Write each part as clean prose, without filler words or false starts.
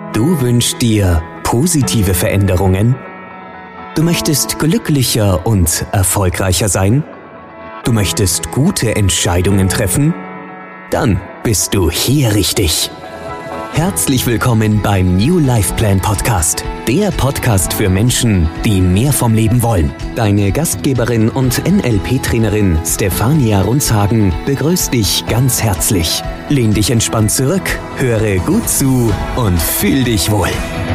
Du wünschst dir positive Veränderungen? Du möchtest glücklicher und erfolgreicher sein? Du möchtest gute Entscheidungen treffen? Dann bist du hier richtig. Herzlich willkommen beim New Life Plan Podcast, der Podcast für Menschen, die mehr vom Leben wollen. Deine Gastgeberin und NLP-Trainerin Stefania Runzhagen begrüßt dich ganz herzlich. Lehn dich entspannt zurück, höre gut zu und fühl dich wohl.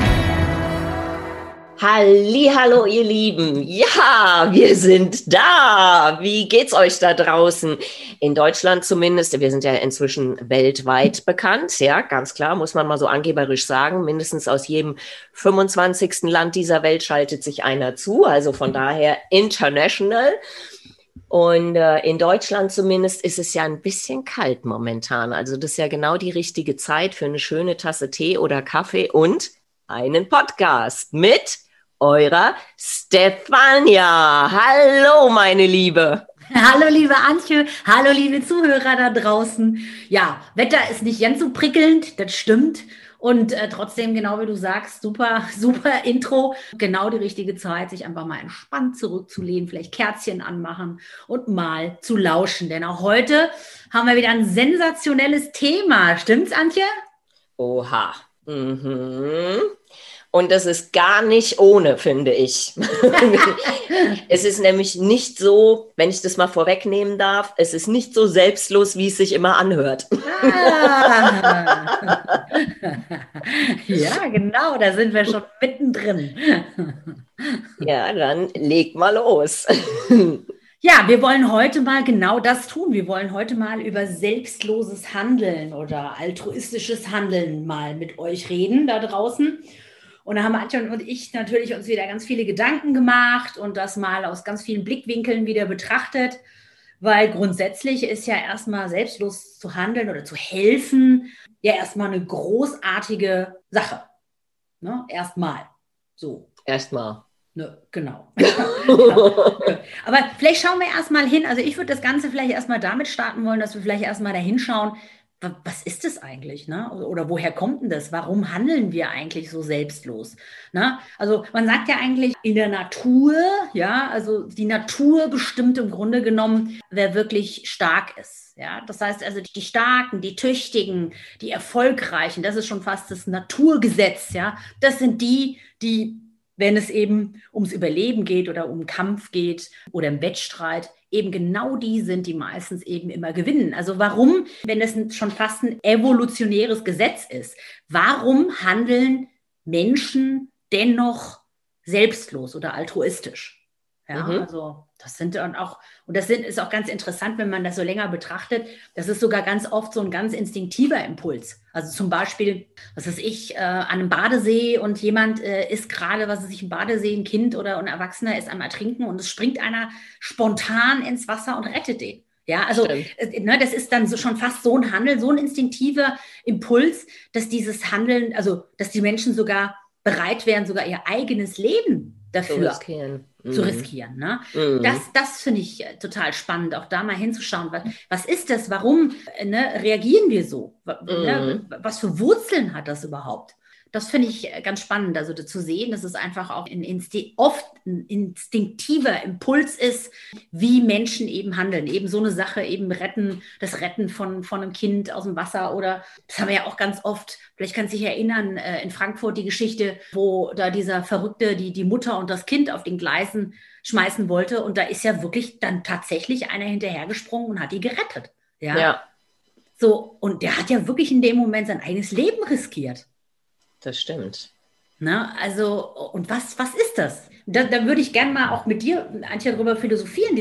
Hallihallo, ihr Lieben. Ja, wir sind da. Wie geht's euch da draußen? In Deutschland zumindest. Wir sind ja inzwischen weltweit bekannt. Ja, ganz klar, muss man mal so angeberisch sagen. Mindestens aus jedem 25. Land dieser Welt schaltet sich einer zu. Also von daher international. Und in Deutschland zumindest ist es ja ein bisschen kalt momentan. Also das ist ja genau die richtige Zeit für eine schöne Tasse Tee oder Kaffee und einen Podcast mit eurer Stefania. Hallo, meine Liebe. Hallo, liebe Antje. Hallo, liebe Zuhörer da draußen. Ja, Wetter ist nicht ganz so prickelnd, das stimmt. Und trotzdem, genau wie du sagst, super, super Intro. Genau die richtige Zeit, sich einfach mal entspannt zurückzulehnen, vielleicht Kerzchen anmachen und mal zu lauschen. Denn auch heute haben wir wieder ein sensationelles Thema. Stimmt's, Antje? Oha. Mhm. Und das ist gar nicht ohne, finde ich. Es ist nämlich nicht so, wenn ich das mal vorwegnehmen darf, es ist nicht so selbstlos, wie es sich immer anhört. Ja, genau, da sind wir schon mittendrin. Ja, dann leg mal los. Ja, wir wollen heute mal genau das tun. Wir wollen heute mal über selbstloses Handeln oder altruistisches Handeln mal mit euch reden da draußen. Und da haben Antje und ich natürlich uns wieder ganz viele Gedanken gemacht und das mal aus ganz vielen Blickwinkeln wieder betrachtet, weil grundsätzlich ist ja erstmal selbstlos zu handeln oder zu helfen ja erstmal eine großartige Sache. Ne? Erstmal. So. Erstmal. Ne, genau. Aber vielleicht schauen wir erstmal hin. Also ich würde das Ganze vielleicht erstmal damit starten wollen, dass wir vielleicht erstmal da hinschauen, was ist das eigentlich, ne? Oder woher kommt denn das? Warum handeln wir eigentlich so selbstlos? Ne? Also man sagt ja eigentlich in der Natur, ja, also die Natur bestimmt im Grunde genommen, wer wirklich stark ist. Ja, das heißt also die Starken, die Tüchtigen, die Erfolgreichen, das ist schon fast das Naturgesetz, ja. Das sind die, wenn es eben ums Überleben geht oder um Kampf geht oder im Wettstreit, eben genau die sind, die meistens eben immer gewinnen. Also warum, wenn das schon fast ein evolutionäres Gesetz ist, warum handeln Menschen dennoch selbstlos oder altruistisch? Ja, also das sind dann auch, und ist auch ganz interessant, wenn man das so länger betrachtet, das ist sogar ganz oft so ein ganz instinktiver Impuls. Also zum Beispiel, was weiß ich, an einem Badesee und jemand ist gerade, was weiß ich, im Badesee, ein Kind oder ein Erwachsener ist am Ertrinken und es springt einer spontan ins Wasser und rettet den. Ja, also das ist dann so schon fast so ein Handeln, so ein instinktiver Impuls, dass dieses Handeln, also dass die Menschen sogar bereit wären, sogar ihr eigenes Leben dafür zu riskieren. Ne? Das finde ich total spannend, auch da mal hinzuschauen, was ist das, warum reagieren wir so? Was für Wurzeln hat das überhaupt? Das finde ich ganz spannend, also zu sehen, dass es einfach auch oft ein instinktiver Impuls ist, wie Menschen eben handeln. Eben so eine Sache, eben das Retten von einem Kind aus dem Wasser oder, das haben wir ja auch ganz oft, vielleicht kannst du dich erinnern, in Frankfurt die Geschichte, wo da dieser Verrückte die Mutter und das Kind auf den Gleisen schmeißen wollte und da ist ja wirklich dann tatsächlich einer hinterhergesprungen und hat die gerettet. Ja. So, und der hat ja wirklich in dem Moment sein eigenes Leben riskiert. Das stimmt. Na, also, und was ist das? Da würde ich gerne mal auch mit dir, Antje, darüber philosophieren.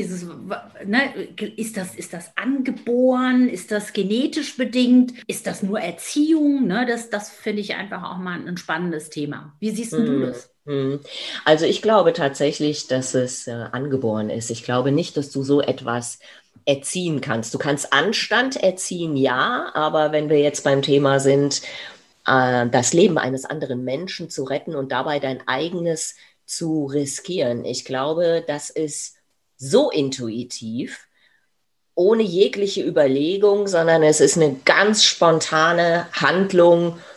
Ist das angeboren? Ist das genetisch bedingt? Ist das nur Erziehung? Ne, das finde ich einfach auch mal ein spannendes Thema. Wie siehst du das? Also ich glaube tatsächlich, dass es angeboren ist. Ich glaube nicht, dass du so etwas erziehen kannst. Du kannst Anstand erziehen, ja, aber wenn wir jetzt beim Thema sind, das Leben eines anderen Menschen zu retten und dabei dein eigenes zu riskieren. Ich glaube, das ist so intuitiv, ohne jegliche Überlegung, sondern es ist eine ganz spontane Handlung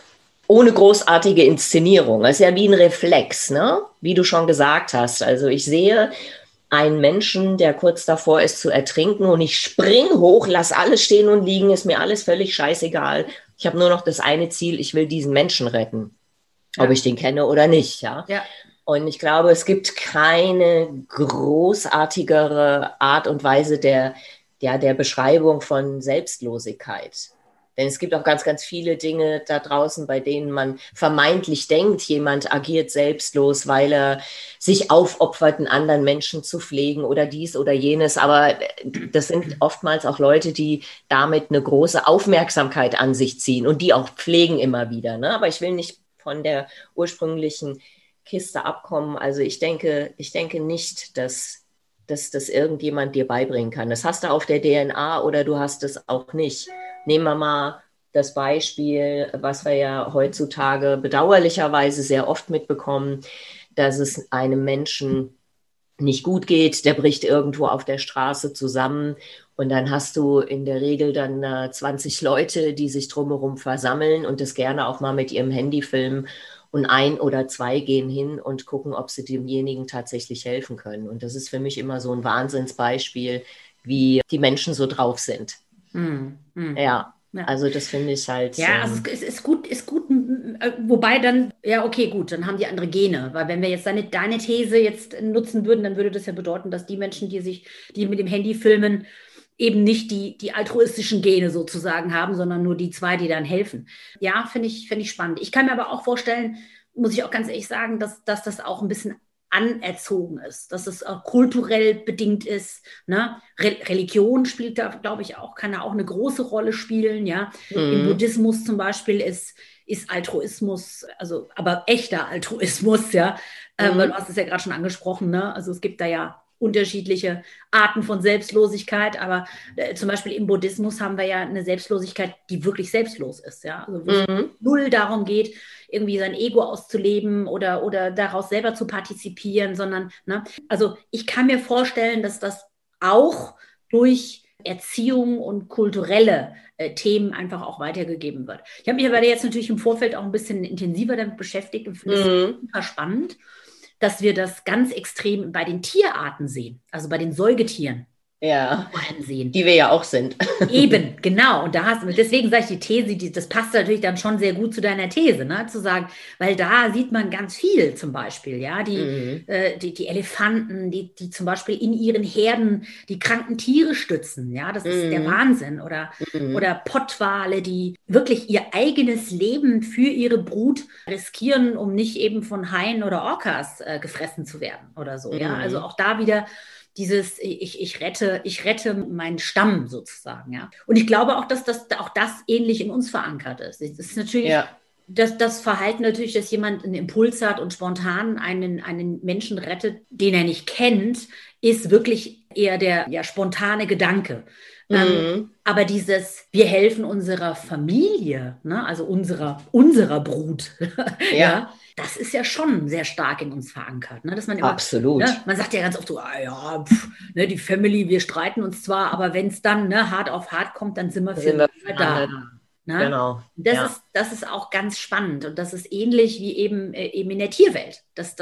ohne großartige Inszenierung. Das ist ja wie ein Reflex, ne? Wie du schon gesagt hast. Also ich sehe einen Menschen, der kurz davor ist zu ertrinken und ich spring hoch, lass alles stehen und liegen, ist mir alles völlig scheißegal. Ich habe nur noch das eine Ziel, ich will diesen Menschen retten, ob ich den kenne oder nicht, ja. Und ich glaube, es gibt keine großartigere Art und Weise der Beschreibung von Selbstlosigkeit. Denn es gibt auch ganz, ganz viele Dinge da draußen, bei denen man vermeintlich denkt, jemand agiert selbstlos, weil er sich aufopfert, einen anderen Menschen zu pflegen oder dies oder jenes. Aber das sind oftmals auch Leute, die damit eine große Aufmerksamkeit an sich ziehen und die auch pflegen immer wieder. Ne? Aber ich will nicht von der ursprünglichen Kiste abkommen. Also ich denke nicht, dass das irgendjemand dir beibringen kann. Das hast du auf der DNA oder du hast es auch nicht. Nehmen wir mal das Beispiel, was wir ja heutzutage bedauerlicherweise sehr oft mitbekommen, dass es einem Menschen nicht gut geht, der bricht irgendwo auf der Straße zusammen und dann hast du in der Regel dann 20 Leute, die sich drumherum versammeln und das gerne auch mal mit ihrem Handy filmen und 1 oder 2 gehen hin und gucken, ob sie demjenigen tatsächlich helfen können. Und das ist für mich immer so ein Wahnsinnsbeispiel, wie die Menschen so drauf sind. Ja, also das finde ich halt. Ja, also es ist gut, wobei dann, ja, okay, gut, dann haben die andere Gene, weil wenn wir jetzt deine These jetzt nutzen würden, dann würde das ja bedeuten, dass die Menschen, die mit dem Handy filmen, eben nicht die altruistischen Gene sozusagen haben, sondern nur die 2, die dann helfen. Ja, finde ich spannend. Ich kann mir aber auch vorstellen, muss ich auch ganz ehrlich sagen, dass das auch ein bisschen anerzogen ist, dass es auch kulturell bedingt ist. Ne? Religion spielt da, glaube ich, kann da auch eine große Rolle spielen. Ja? Im Buddhismus zum Beispiel ist Altruismus, also aber echter Altruismus, ja, weil du hast es ja gerade schon angesprochen, ne? Also es gibt da ja unterschiedliche Arten von Selbstlosigkeit, aber zum Beispiel im Buddhismus haben wir ja eine Selbstlosigkeit, die wirklich selbstlos ist, ja, also wo es null darum geht, irgendwie sein Ego auszuleben oder daraus selber zu partizipieren, sondern, ne, also ich kann mir vorstellen, dass das auch durch Erziehung und kulturelle Themen einfach auch weitergegeben wird. Ich habe mich aber jetzt natürlich im Vorfeld auch ein bisschen intensiver damit beschäftigt und finde es super spannend, dass wir das ganz extrem bei den Tierarten sehen, also bei den Säugetieren. Ja, sehen. Die wir ja auch sind. Eben, genau. Und deswegen sage ich, die These, das passt natürlich dann schon sehr gut zu deiner These, ne? Zu sagen, weil da sieht man ganz viel zum Beispiel, ja, die Elefanten, die zum Beispiel in ihren Herden die kranken Tiere stützen, ja, das ist der Wahnsinn. Oder Pottwale, die wirklich ihr eigenes Leben für ihre Brut riskieren, um nicht eben von Haien oder Orcas gefressen zu werden oder so, ja. Also auch da wieder dieses, ich rette meinen Stamm sozusagen, ja. Und ich glaube auch, dass das ähnlich in uns verankert ist. Das ist natürlich das Verhalten natürlich, dass jemand einen Impuls hat und spontan einen Menschen rettet, den er nicht kennt, ist wirklich eher der spontane Gedanke. Aber wir helfen unserer Familie, ne, also unserer Brut, ja, das ist ja schon sehr stark in uns verankert. Ne, dass man immer, absolut. Ne, man sagt ja ganz oft so, ne, die Family, wir streiten uns zwar, aber wenn es dann hart auf hart kommt, dann sind wir für da. Ne? Genau. Das ist auch ganz spannend und das ist ähnlich wie eben in der Tierwelt.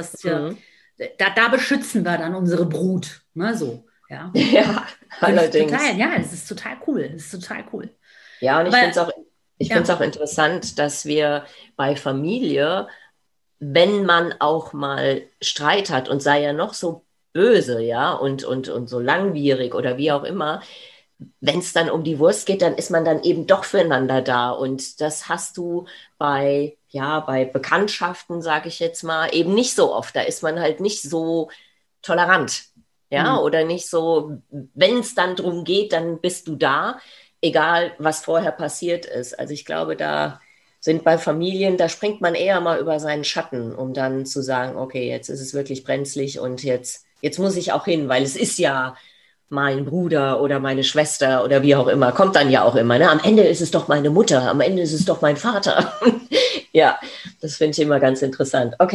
Da beschützen wir dann unsere Brut, ne, so. Ja, allerdings. Das ist total cool. Ja, und ich finde es auch interessant, dass wir bei Familie, wenn man auch mal Streit hat und sei ja noch so böse, ja, und so langwierig oder wie auch immer, wenn es dann um die Wurst geht, dann ist man dann eben doch füreinander da. Und das hast du bei Bekanntschaften, sage ich jetzt mal, eben nicht so oft. Da ist man halt nicht so tolerant. Ja, oder nicht so, wenn es dann drum geht, dann bist du da, egal was vorher passiert ist. Also ich glaube, da sind bei Familien, da springt man eher mal über seinen Schatten, um dann zu sagen, okay, jetzt ist es wirklich brenzlig und jetzt muss ich auch hin, weil es ist ja mein Bruder oder meine Schwester oder wie auch immer, kommt dann ja auch immer. Ne? Am Ende ist es doch meine Mutter, am Ende ist es doch mein Vater. Ja, das finde ich immer ganz interessant. Okay.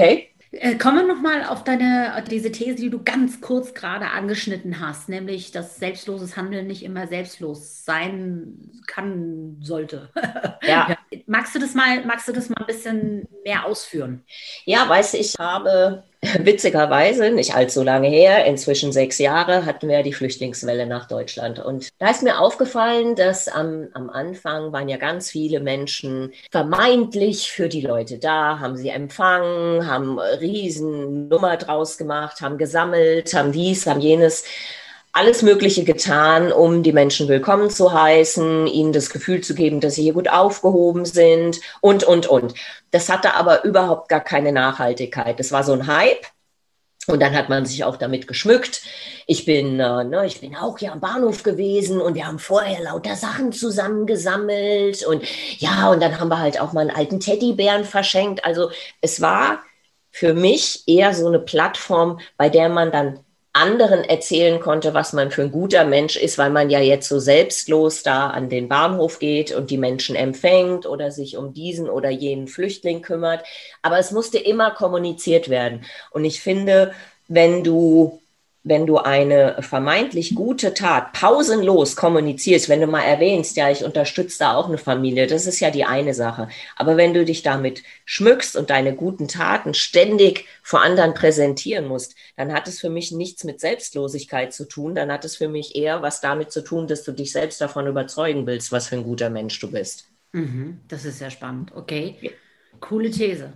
Kommen wir nochmal auf diese These, die du ganz kurz gerade angeschnitten hast, nämlich, dass selbstloses Handeln nicht immer selbstlos sein kann, sollte. Ja. Ja. Magst du das mal ein bisschen mehr ausführen? Ja, weißt du, ich habe witzigerweise, nicht allzu lange her, inzwischen 6 Jahre, hatten wir die Flüchtlingswelle nach Deutschland. Und da ist mir aufgefallen, dass am Anfang waren ja ganz viele Menschen vermeintlich für die Leute da, haben sie empfangen, haben riesen Nummer draus gemacht, haben gesammelt, haben dies, haben jenes. Alles Mögliche getan, um die Menschen willkommen zu heißen, ihnen das Gefühl zu geben, dass sie hier gut aufgehoben sind und. Das hatte aber überhaupt gar keine Nachhaltigkeit. Das war so ein Hype und dann hat man sich auch damit geschmückt. Ich bin auch hier am Bahnhof gewesen und wir haben vorher lauter Sachen zusammengesammelt und ja, und dann haben wir halt auch mal einen alten Teddybären verschenkt. Also es war für mich eher so eine Plattform, bei der man dann anderen erzählen konnte, was man für ein guter Mensch ist, weil man ja jetzt so selbstlos da an den Bahnhof geht und die Menschen empfängt oder sich um diesen oder jenen Flüchtling kümmert. Aber es musste immer kommuniziert werden. Und ich finde, wenn du eine vermeintlich gute Tat pausenlos kommunizierst, wenn du mal erwähnst, ja, ich unterstütze da auch eine Familie, das ist ja die eine Sache. Aber wenn du dich damit schmückst und deine guten Taten ständig vor anderen präsentieren musst, dann hat es für mich nichts mit Selbstlosigkeit zu tun, dann hat es für mich eher was damit zu tun, dass du dich selbst davon überzeugen willst, was für ein guter Mensch du bist. Das ist sehr spannend, okay. Ja. Coole These.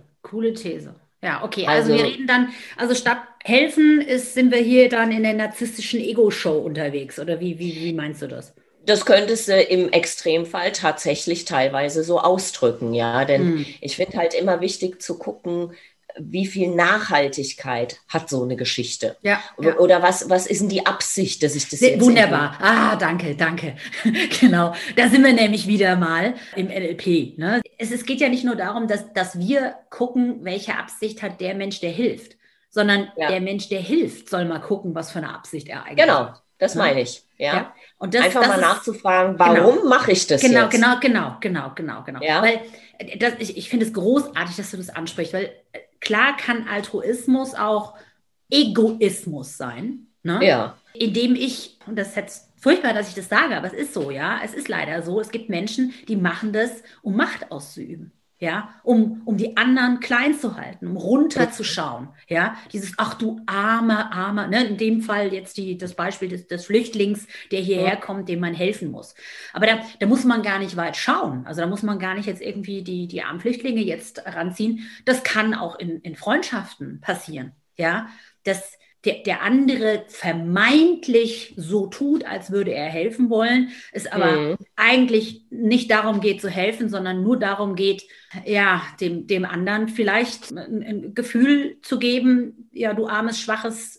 Ja, okay, also wir reden dann, also statt helfen sind wir hier dann in der narzisstischen Ego-Show unterwegs, oder wie meinst du das? Das könntest du im Extremfall tatsächlich teilweise so ausdrücken, ja, denn ich finde halt immer wichtig zu gucken, wie viel Nachhaltigkeit hat so eine Geschichte? Ja. Oder was ist denn die Absicht, dass ich das jetzt... Wunderbar. Danke. Genau. Da sind wir nämlich wieder mal im NLP. Ne? Es geht ja nicht nur darum, dass wir gucken, welche Absicht hat der Mensch, der hilft, sondern der Mensch, der hilft, soll mal gucken, was für eine Absicht er eigentlich hat. Genau, das meine ich. Ja. Und einfach mal nachzufragen, warum mache ich das jetzt? Genau. Ja. Weil ich finde es großartig, dass du das ansprichst, weil klar kann Altruismus auch Egoismus sein, ne? Ja. Indem und das ist jetzt furchtbar, dass ich das sage, aber es ist so, ja, es ist leider so, es gibt Menschen, die machen das, um Macht auszuüben. Ja, um die anderen klein zu halten, um runterzuschauen, ja, dieses, ach du armer, ne, in dem Fall jetzt das Beispiel des Flüchtlings, der hierher kommt, dem man helfen muss. Aber da muss man gar nicht weit schauen, also da muss man gar nicht jetzt irgendwie die armen Flüchtlinge jetzt ranziehen, das kann auch in Freundschaften passieren, ja, dass der andere vermeintlich so tut, als würde er helfen wollen, es aber eigentlich nicht darum geht zu helfen, sondern nur darum geht, ja, dem anderen vielleicht ein Gefühl zu geben, ja, du armes, schwaches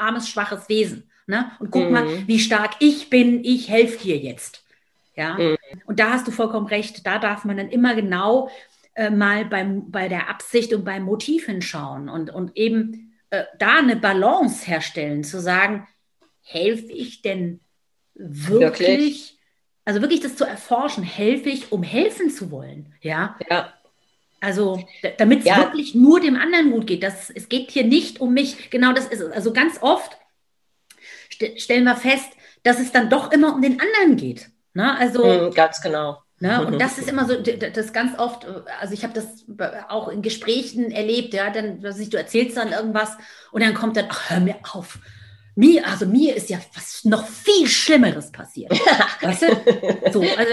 Wesen. Ne? Und guck mal, wie stark ich bin, ich helfe dir jetzt. Ja? Und da hast du vollkommen recht, da darf man dann immer genau mal bei der Absicht und beim Motiv hinschauen und eben da eine Balance herstellen, zu sagen, helfe ich denn wirklich? Also wirklich das zu erforschen, helfe ich, um helfen zu wollen, ja? Ja. Also, damit es wirklich nur dem anderen gut geht. Es geht hier nicht um mich, genau das ist es. Also ganz oft stellen wir fest, dass es dann doch immer um den anderen geht. Ne? Also, ganz genau. Ne? Und das ist immer so, das ganz oft, also ich habe das auch in Gesprächen erlebt, ja, dann, du erzählst dann irgendwas und dann kommt dann, ach, hör mir auf. Mir ist ja was noch viel Schlimmeres passiert. Weißt du? So, also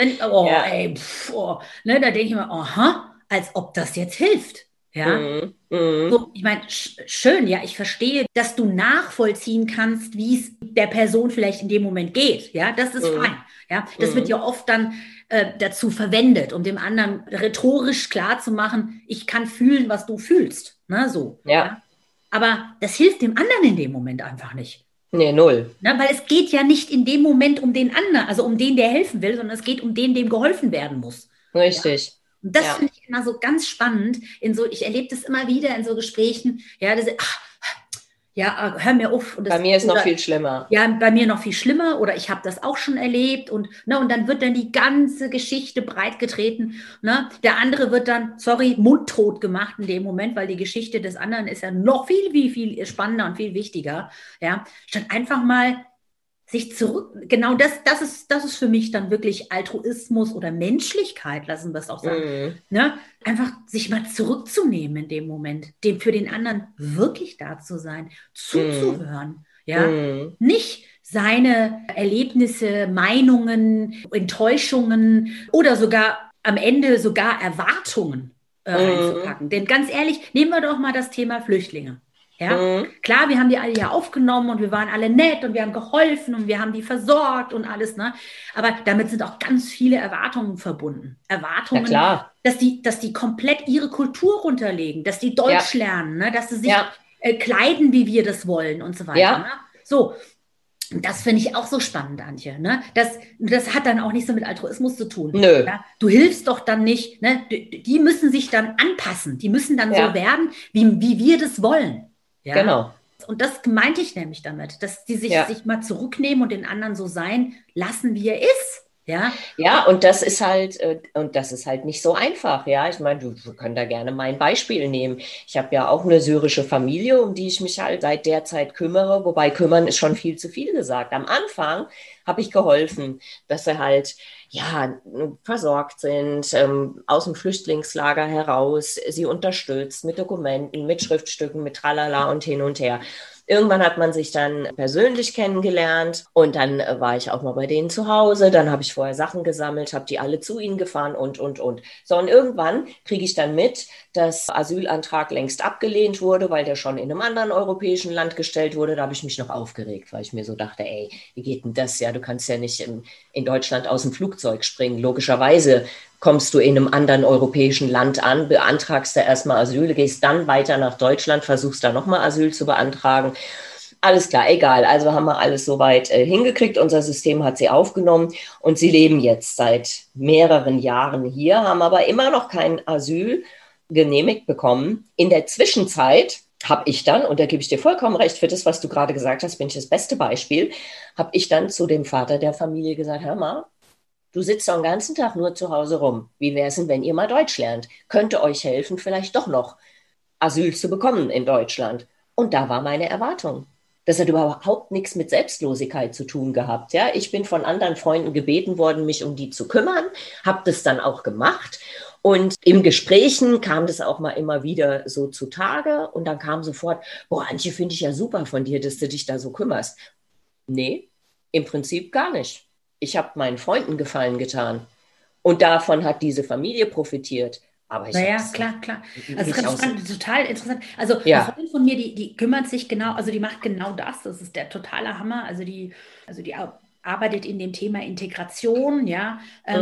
ne, da denke ich mir, aha, als ob das jetzt hilft. Ja, so, ich meine, schön, ja, ich verstehe, dass du nachvollziehen kannst, wie es der Person vielleicht in dem Moment geht. Ja, das ist fein. Ja, das wird ja oft dann dazu verwendet, um dem anderen rhetorisch klar zu machen, ich kann fühlen, was du fühlst. Ne, so. Ja. Aber das hilft dem anderen in dem Moment einfach nicht. Nee, null. Ne, weil es geht ja nicht in dem Moment um den anderen, also um den, der helfen will, sondern es geht um den, dem geholfen werden muss. Richtig. Ja? Und das finde ich immer so ganz spannend. Ich erlebe das immer wieder in so Gesprächen. Ja, Ja, hör mir auf. Bei mir ist noch viel schlimmer. Ja, bei mir noch viel schlimmer oder ich habe das auch schon erlebt und dann wird dann die ganze Geschichte breitgetreten. Ne? Der andere wird dann, mundtot gemacht in dem Moment, weil die Geschichte des anderen ist ja noch viel spannender und viel wichtiger. Ja, statt einfach mal sich zurück, genau das ist für mich dann wirklich Altruismus oder Menschlichkeit, lassen wir es auch sagen. Ne? Einfach sich mal zurückzunehmen in dem Moment, für den anderen wirklich da zu sein, zuzuhören, ja, nicht seine Erlebnisse, Meinungen, Enttäuschungen oder sogar am Ende sogar Erwartungen reinzupacken. Denn ganz ehrlich, nehmen wir doch mal das Thema Flüchtlinge. Ja, klar, wir haben die alle hier aufgenommen und wir waren alle nett und wir haben geholfen und wir haben die versorgt und alles, ne? Aber damit sind auch ganz viele Erwartungen verbunden. Erwartungen, dass die komplett ihre Kultur runterlegen, dass die Deutsch lernen, ne? Dass sie sich kleiden, wie wir das wollen und so weiter. Ja. Ne? So, das finde ich auch so spannend, Antje. Ne? Das hat dann auch nichts so mit Altruismus zu tun. Nö. Ja? Du hilfst doch dann nicht, ne? Die müssen sich dann anpassen, die müssen dann so werden, wie wir das wollen. Ja? Genau. Und das meinte ich nämlich damit, dass die sich mal zurücknehmen und den anderen so sein lassen, wie er ist. Ja, ja, und das ist halt nicht so einfach, ja. Ich meine, wir können da gerne mein Beispiel nehmen. Ich habe ja auch eine syrische Familie, um die ich mich halt seit der Zeit kümmere, wobei kümmern ist schon viel zu viel gesagt. Am Anfang habe ich geholfen, dass sie halt versorgt sind, aus dem Flüchtlingslager heraus, sie unterstützt mit Dokumenten, mit Schriftstücken, mit Tralala und hin und her. Irgendwann hat man sich dann persönlich kennengelernt und dann war ich auch mal bei denen zu Hause. Dann habe ich vorher Sachen gesammelt, habe die alle zu ihnen gefahren und. So, und irgendwann kriege ich dann mit, dass Asylantrag längst abgelehnt wurde, weil der schon in einem anderen europäischen Land gestellt wurde. Da habe ich mich noch aufgeregt, weil ich mir so dachte, ey, wie geht denn das? Ja, du kannst ja nicht in Deutschland aus dem Flugzeug springen. Logischerweise kommst du in einem anderen europäischen Land an, beantragst da erstmal Asyl, gehst dann weiter nach Deutschland, versuchst da nochmal Asyl zu beantragen. Alles klar, egal. Also haben wir alles soweit hingekriegt. Unser System hat sie aufgenommen und sie leben jetzt seit mehreren Jahren hier, haben aber immer noch kein Asyl genehmigt bekommen. In der Zwischenzeit habe ich dann, und da gebe ich dir vollkommen recht, für das, was du gerade gesagt hast, bin ich das beste Beispiel, habe ich dann zu dem Vater der Familie gesagt, hör mal, du sitzt den ganzen Tag nur zu Hause rum. Wie wäre es denn, wenn ihr mal Deutsch lernt? Könnte euch helfen, vielleicht doch noch Asyl zu bekommen in Deutschland. Und da war meine Erwartung. Das hat überhaupt nichts mit Selbstlosigkeit zu tun gehabt. Ja? Ich bin von anderen Freunden gebeten worden, mich um die zu kümmern, habe das dann auch gemacht. Und im Gesprächen kam das auch mal immer wieder so zutage. Und dann kam sofort, boah, Antje, finde ich ja super von dir, dass du dich da so kümmerst. Nee, im Prinzip gar nicht. Ich habe meinen Freunden Gefallen getan. Und davon hat diese Familie profitiert. Aber klar. Also total interessant. Also eine Freundin von mir, die kümmert sich genau, also die macht genau das. Das ist der totale Hammer. Also die arbeitet in dem Thema Integration, ja.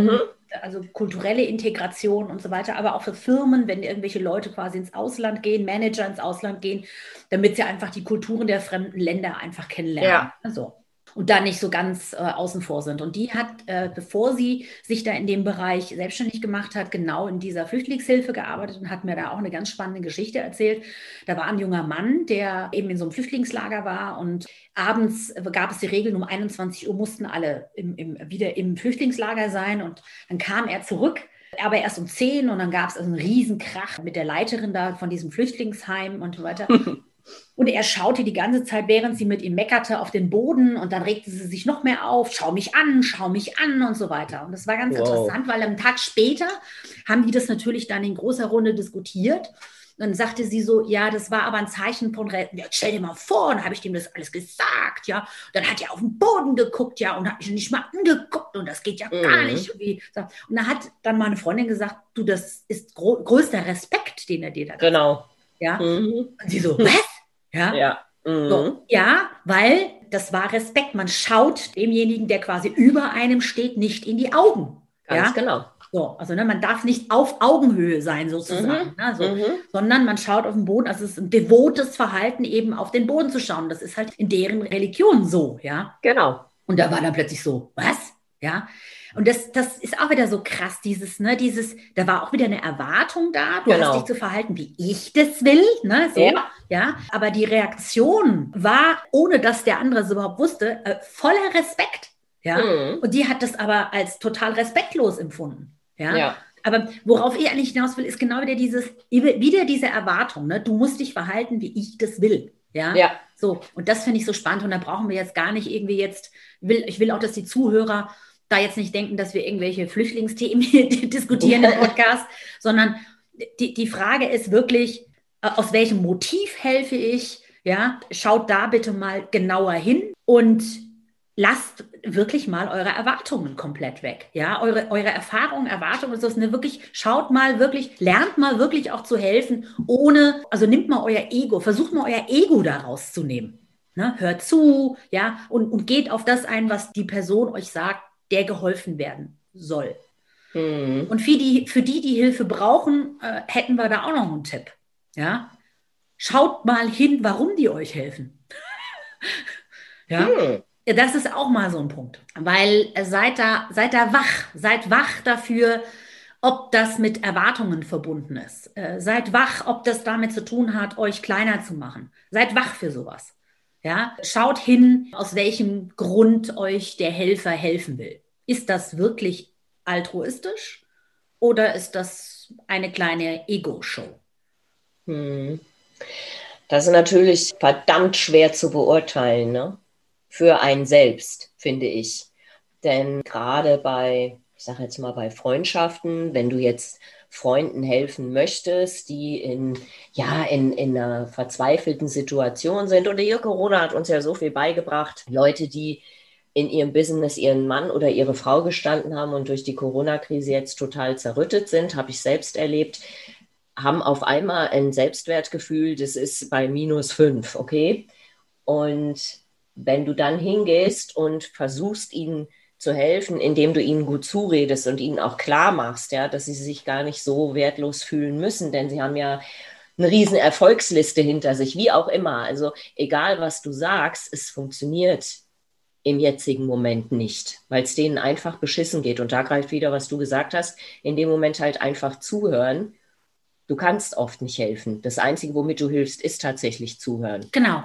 Also kulturelle Integration und so weiter, aber auch für Firmen, wenn irgendwelche Leute quasi ins Ausland gehen, Manager ins Ausland gehen, damit sie einfach die Kulturen der fremden Länder einfach kennenlernen. Ja. Also. Und da nicht so ganz außen vor sind. Und die hat, bevor sie sich da in dem Bereich selbstständig gemacht hat, genau in dieser Flüchtlingshilfe gearbeitet und hat mir da auch eine ganz spannende Geschichte erzählt. Da war ein junger Mann, der eben in so einem Flüchtlingslager war und abends gab es die Regeln, um 21 Uhr mussten alle wieder im Flüchtlingslager sein und dann kam er zurück. Aber erst um 10 und dann gab es also einen riesen Krach mit der Leiterin da von diesem Flüchtlingsheim und so weiter. Und er schaute die ganze Zeit, während sie mit ihm meckerte, auf den Boden und dann regte sie sich noch mehr auf, schau mich an und so weiter. Und das war ganz interessant, weil am Tag später haben die das natürlich dann in großer Runde diskutiert. Und dann sagte sie so, ja, das war aber ein Zeichen von, ja, stell dir mal vor, und dann habe ich dem das alles gesagt, ja. Und dann hat er auf den Boden geguckt, ja, und hat mich nicht mal angeguckt und das geht ja gar nicht. Und dann hat dann meine Freundin gesagt, du, das ist größter Respekt, den er dir da gesagt hat. Ja. Und sie so, was? Ja. So, ja, weil das war Respekt. Man schaut demjenigen, der quasi über einem steht, nicht in die Augen. Ganz genau. So, also man darf nicht auf Augenhöhe sein sozusagen, sondern man schaut auf den Boden. Also es ist ein devotes Verhalten, eben auf den Boden zu schauen. Das ist halt in deren Religion so, ja. Genau. Und da war dann plötzlich so, was? Ja. Und das ist auch wieder so krass, da war auch wieder eine Erwartung da, du Genau. hast dich zu verhalten, wie ich das will, ne, so, ja. Aber die Reaktion war, ohne dass der andere es überhaupt wusste, voller Respekt, ja. Und die hat das aber als total respektlos empfunden, ja. Aber worauf ich eigentlich hinaus will, ist genau wieder diese Erwartung, ne, du musst dich verhalten, wie ich das will, ja. So, und das finde ich so spannend und da brauchen wir jetzt gar nicht irgendwie ich will auch, dass die Zuhörer da jetzt nicht denken, dass wir irgendwelche Flüchtlingsthemen hier diskutieren im Podcast, sondern die Frage ist wirklich, aus welchem Motiv helfe ich? Ja, schaut da bitte mal genauer hin und lasst wirklich mal eure Erwartungen komplett weg. Ja, eure Erfahrungen, Erwartungen ist das, ne, wirklich, schaut mal wirklich, lernt mal wirklich auch zu helfen, also nehmt mal euer Ego, versucht mal euer Ego da rauszunehmen. Ne, hört zu, ja, und geht auf das ein, was die Person euch sagt, der geholfen werden soll. Und für die Hilfe brauchen, hätten wir da auch noch einen Tipp. Ja? Schaut mal hin, warum die euch helfen. Ja? Das ist auch mal so ein Punkt. Weil seid wach dafür, ob das mit Erwartungen verbunden ist. Seid wach, ob das damit zu tun hat, euch kleiner zu machen. Seid wach für sowas. Ja? Schaut hin, aus welchem Grund euch der Helfer helfen will. Ist das wirklich altruistisch oder ist das eine kleine Ego-Show? Das ist natürlich verdammt schwer zu beurteilen, ne? Für einen selbst, finde ich. Denn gerade ich sage jetzt mal bei Freundschaften, wenn du jetzt Freunden helfen möchtest, die in einer verzweifelten Situation sind, und hier Corona hat uns ja so viel beigebracht, Leute, die in ihrem Business ihren Mann oder ihre Frau gestanden haben und durch die Corona-Krise jetzt total zerrüttet sind, habe ich selbst erlebt, haben auf einmal ein Selbstwertgefühl, das ist bei -5, okay? Und wenn du dann hingehst und versuchst, ihnen zu helfen, indem du ihnen gut zuredest und ihnen auch klar machst, ja, dass sie sich gar nicht so wertlos fühlen müssen, denn sie haben ja eine riesen Erfolgsliste hinter sich, wie auch immer. Also egal, was du sagst, es funktioniert im jetzigen Moment nicht, weil es denen einfach beschissen geht. Und da greift wieder, was du gesagt hast, in dem Moment halt einfach zuhören. Du kannst oft nicht helfen. Das Einzige, womit du hilfst, ist tatsächlich zuhören. Genau.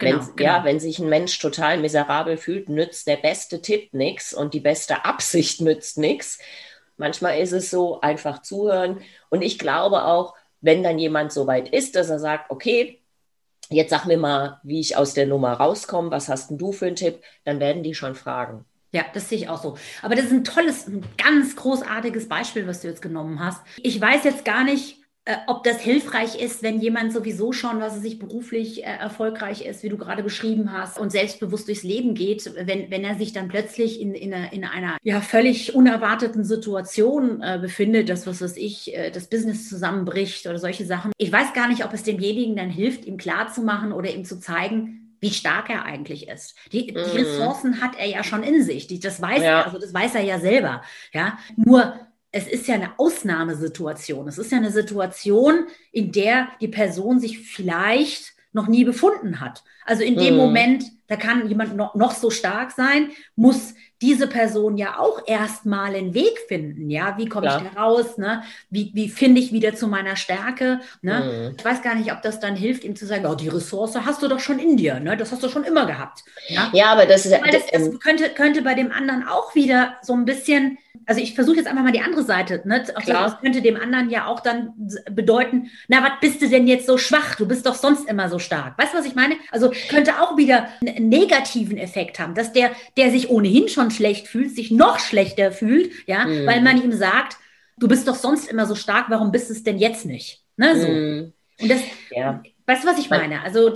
Ja, wenn sich ein Mensch total miserabel fühlt, nützt der beste Tipp nichts und die beste Absicht nützt nichts. Manchmal ist es so, einfach zuhören. Und ich glaube auch, wenn dann jemand so weit ist, dass er sagt, okay, jetzt sag mir mal, wie ich aus der Nummer rauskomme, was hast denn du für einen Tipp? Dann werden die schon fragen. Ja, das sehe ich auch so. Aber das ist ein ganz großartiges Beispiel, was du jetzt genommen hast. Ich weiß jetzt gar nicht, ob das hilfreich ist, wenn jemand sowieso schon, was er sich beruflich erfolgreich ist, wie du gerade beschrieben hast, und selbstbewusst durchs Leben geht, wenn er sich dann plötzlich in einer ja, völlig unerwarteten Situation befindet, das Business zusammenbricht oder solche Sachen. Ich weiß gar nicht, ob es demjenigen dann hilft, ihm klarzumachen oder ihm zu zeigen, wie stark er eigentlich ist. Die Ressourcen hat er ja schon in sich. Das weiß er, also das weiß er ja selber. Ja? Nur es ist ja eine Ausnahmesituation. Es ist ja eine Situation, in der die Person sich vielleicht noch nie befunden hat. Also in dem Moment, da kann jemand noch so stark sein, muss diese Person ja auch erstmal einen Weg finden. Ja, wie komme ich da raus? Ne? Wie finde ich wieder zu meiner Stärke? Ne? Ich weiß gar nicht, ob das dann hilft, ihm zu sagen, oh, die Ressource hast du doch schon in dir. Ne? Das hast du schon immer gehabt. Ja, aber das ist... Weil das könnte bei dem anderen auch wieder so ein bisschen... Also ich versuche jetzt einfach mal die andere Seite. Ne? Das könnte dem anderen ja auch dann bedeuten, na, was bist du denn jetzt so schwach? Du bist doch sonst immer so stark. Weißt du, was ich meine? Also könnte auch wieder einen negativen Effekt haben, dass der sich ohnehin schon schlecht fühlt, sich noch schlechter fühlt, ja, weil man ihm sagt, du bist doch sonst immer so stark, warum bist du es denn jetzt nicht? Ne, so. Und das, weißt du, was ich meine? Also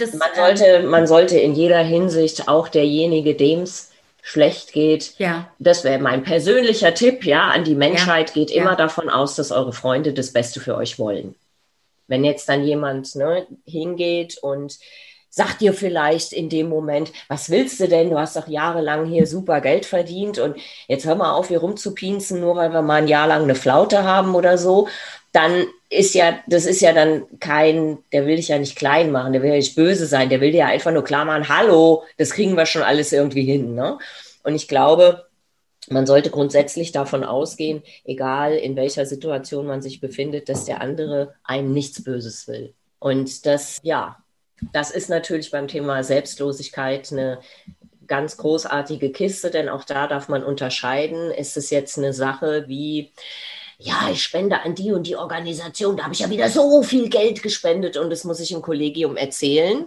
man sollte in jeder Hinsicht auch derjenige, dem es schlecht geht, das wäre mein persönlicher Tipp, an die Menschheit, geht immer davon aus, dass eure Freunde das Beste für euch wollen. Wenn jetzt dann jemand hingeht und sagt dir vielleicht in dem Moment, was willst du denn? Du hast doch jahrelang hier super Geld verdient und jetzt hör mal auf, hier rumzupinzen, nur weil wir mal ein Jahr lang eine Flaute haben oder so. Dann das ist ja dann der will dich ja nicht klein machen, der will ja nicht böse sein, der will dir ja einfach nur klar machen, hallo, das kriegen wir schon alles irgendwie hin. Ne? Und ich glaube, Man sollte grundsätzlich davon ausgehen, egal in welcher Situation man sich befindet, dass der andere einem nichts Böses will. Und das ist natürlich beim Thema Selbstlosigkeit eine ganz großartige Kiste, denn auch da darf man unterscheiden. Ist es jetzt eine Sache wie, ja, ich spende an die und die Organisation, da habe ich ja wieder so viel Geld gespendet und das muss ich im Kollegium erzählen.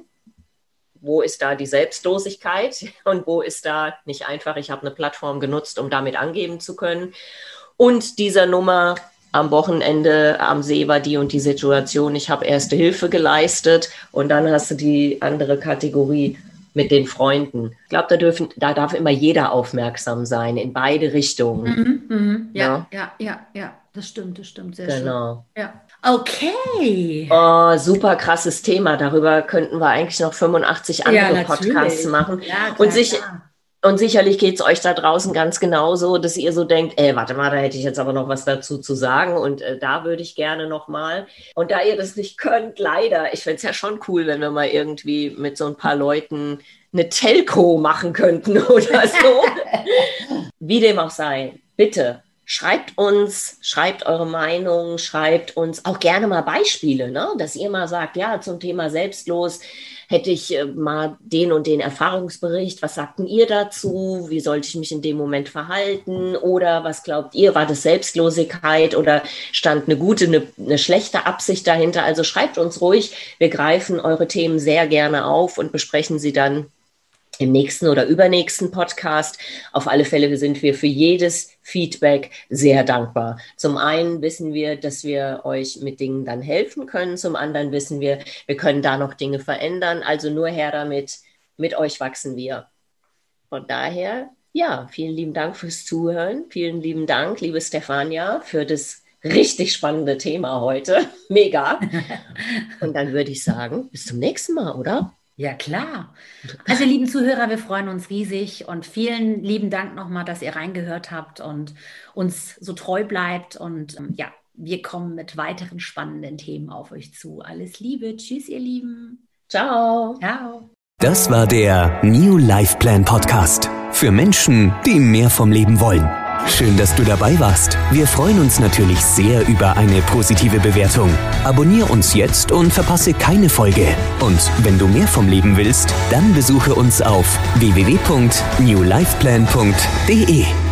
Wo ist da die Selbstlosigkeit und wo ist da nicht einfach, ich habe eine Plattform genutzt, um damit angeben zu können. Und dieser Nummer, am Wochenende am See war die und die Situation, ich habe Erste Hilfe geleistet und dann hast du die andere Kategorie mit den Freunden. Ich glaube, da darf immer jeder aufmerksam sein, in beide Richtungen. Ja, das stimmt, sehr schön. Genau. Ja. Okay. Oh, super krasses Thema. Darüber könnten wir eigentlich noch 85 andere Podcasts machen. Ja, klar, Und sicherlich geht es euch da draußen ganz genauso, dass ihr so denkt, warte mal, da hätte ich jetzt aber noch was dazu zu sagen und da würde ich gerne noch mal. Und da ihr das nicht könnt, leider, ich fände es ja schon cool, wenn wir mal irgendwie mit so ein paar Leuten eine Telco machen könnten oder so. Wie dem auch sei, bitte. Schreibt eure Meinung, schreibt uns auch gerne mal Beispiele, ne? Dass ihr mal sagt, ja, zum Thema selbstlos hätte ich mal den und den Erfahrungsbericht. Was sagten ihr dazu? Wie sollte ich mich in dem Moment verhalten? Oder was glaubt ihr, war das Selbstlosigkeit oder stand eine gute, eine schlechte Absicht dahinter? Also schreibt uns ruhig. Wir greifen eure Themen sehr gerne auf und besprechen sie dann im nächsten oder übernächsten Podcast. Auf alle Fälle sind wir für jedes Feedback sehr dankbar. Zum einen wissen wir, dass wir euch mit Dingen dann helfen können. Zum anderen wissen wir, wir können da noch Dinge verändern. Also nur her damit. Mit euch wachsen wir. Von daher, ja, vielen lieben Dank fürs Zuhören. Vielen lieben Dank, liebe Stefania, für das richtig spannende Thema heute. Mega. Und dann würde ich sagen, bis zum nächsten Mal, oder? Ja, klar. Also, lieben Zuhörer, wir freuen uns riesig und vielen lieben Dank nochmal, dass ihr reingehört habt und uns so treu bleibt. Und wir kommen mit weiteren spannenden Themen auf euch zu. Alles Liebe. Tschüss, ihr Lieben. Ciao. Ciao. Das war der New Life Plan Podcast. Für Menschen, die mehr vom Leben wollen. Schön, dass du dabei warst. Wir freuen uns natürlich sehr über eine positive Bewertung. Abonnier uns jetzt und verpasse keine Folge. Und wenn du mehr vom Leben willst, dann besuche uns auf www.newlifeplan.de.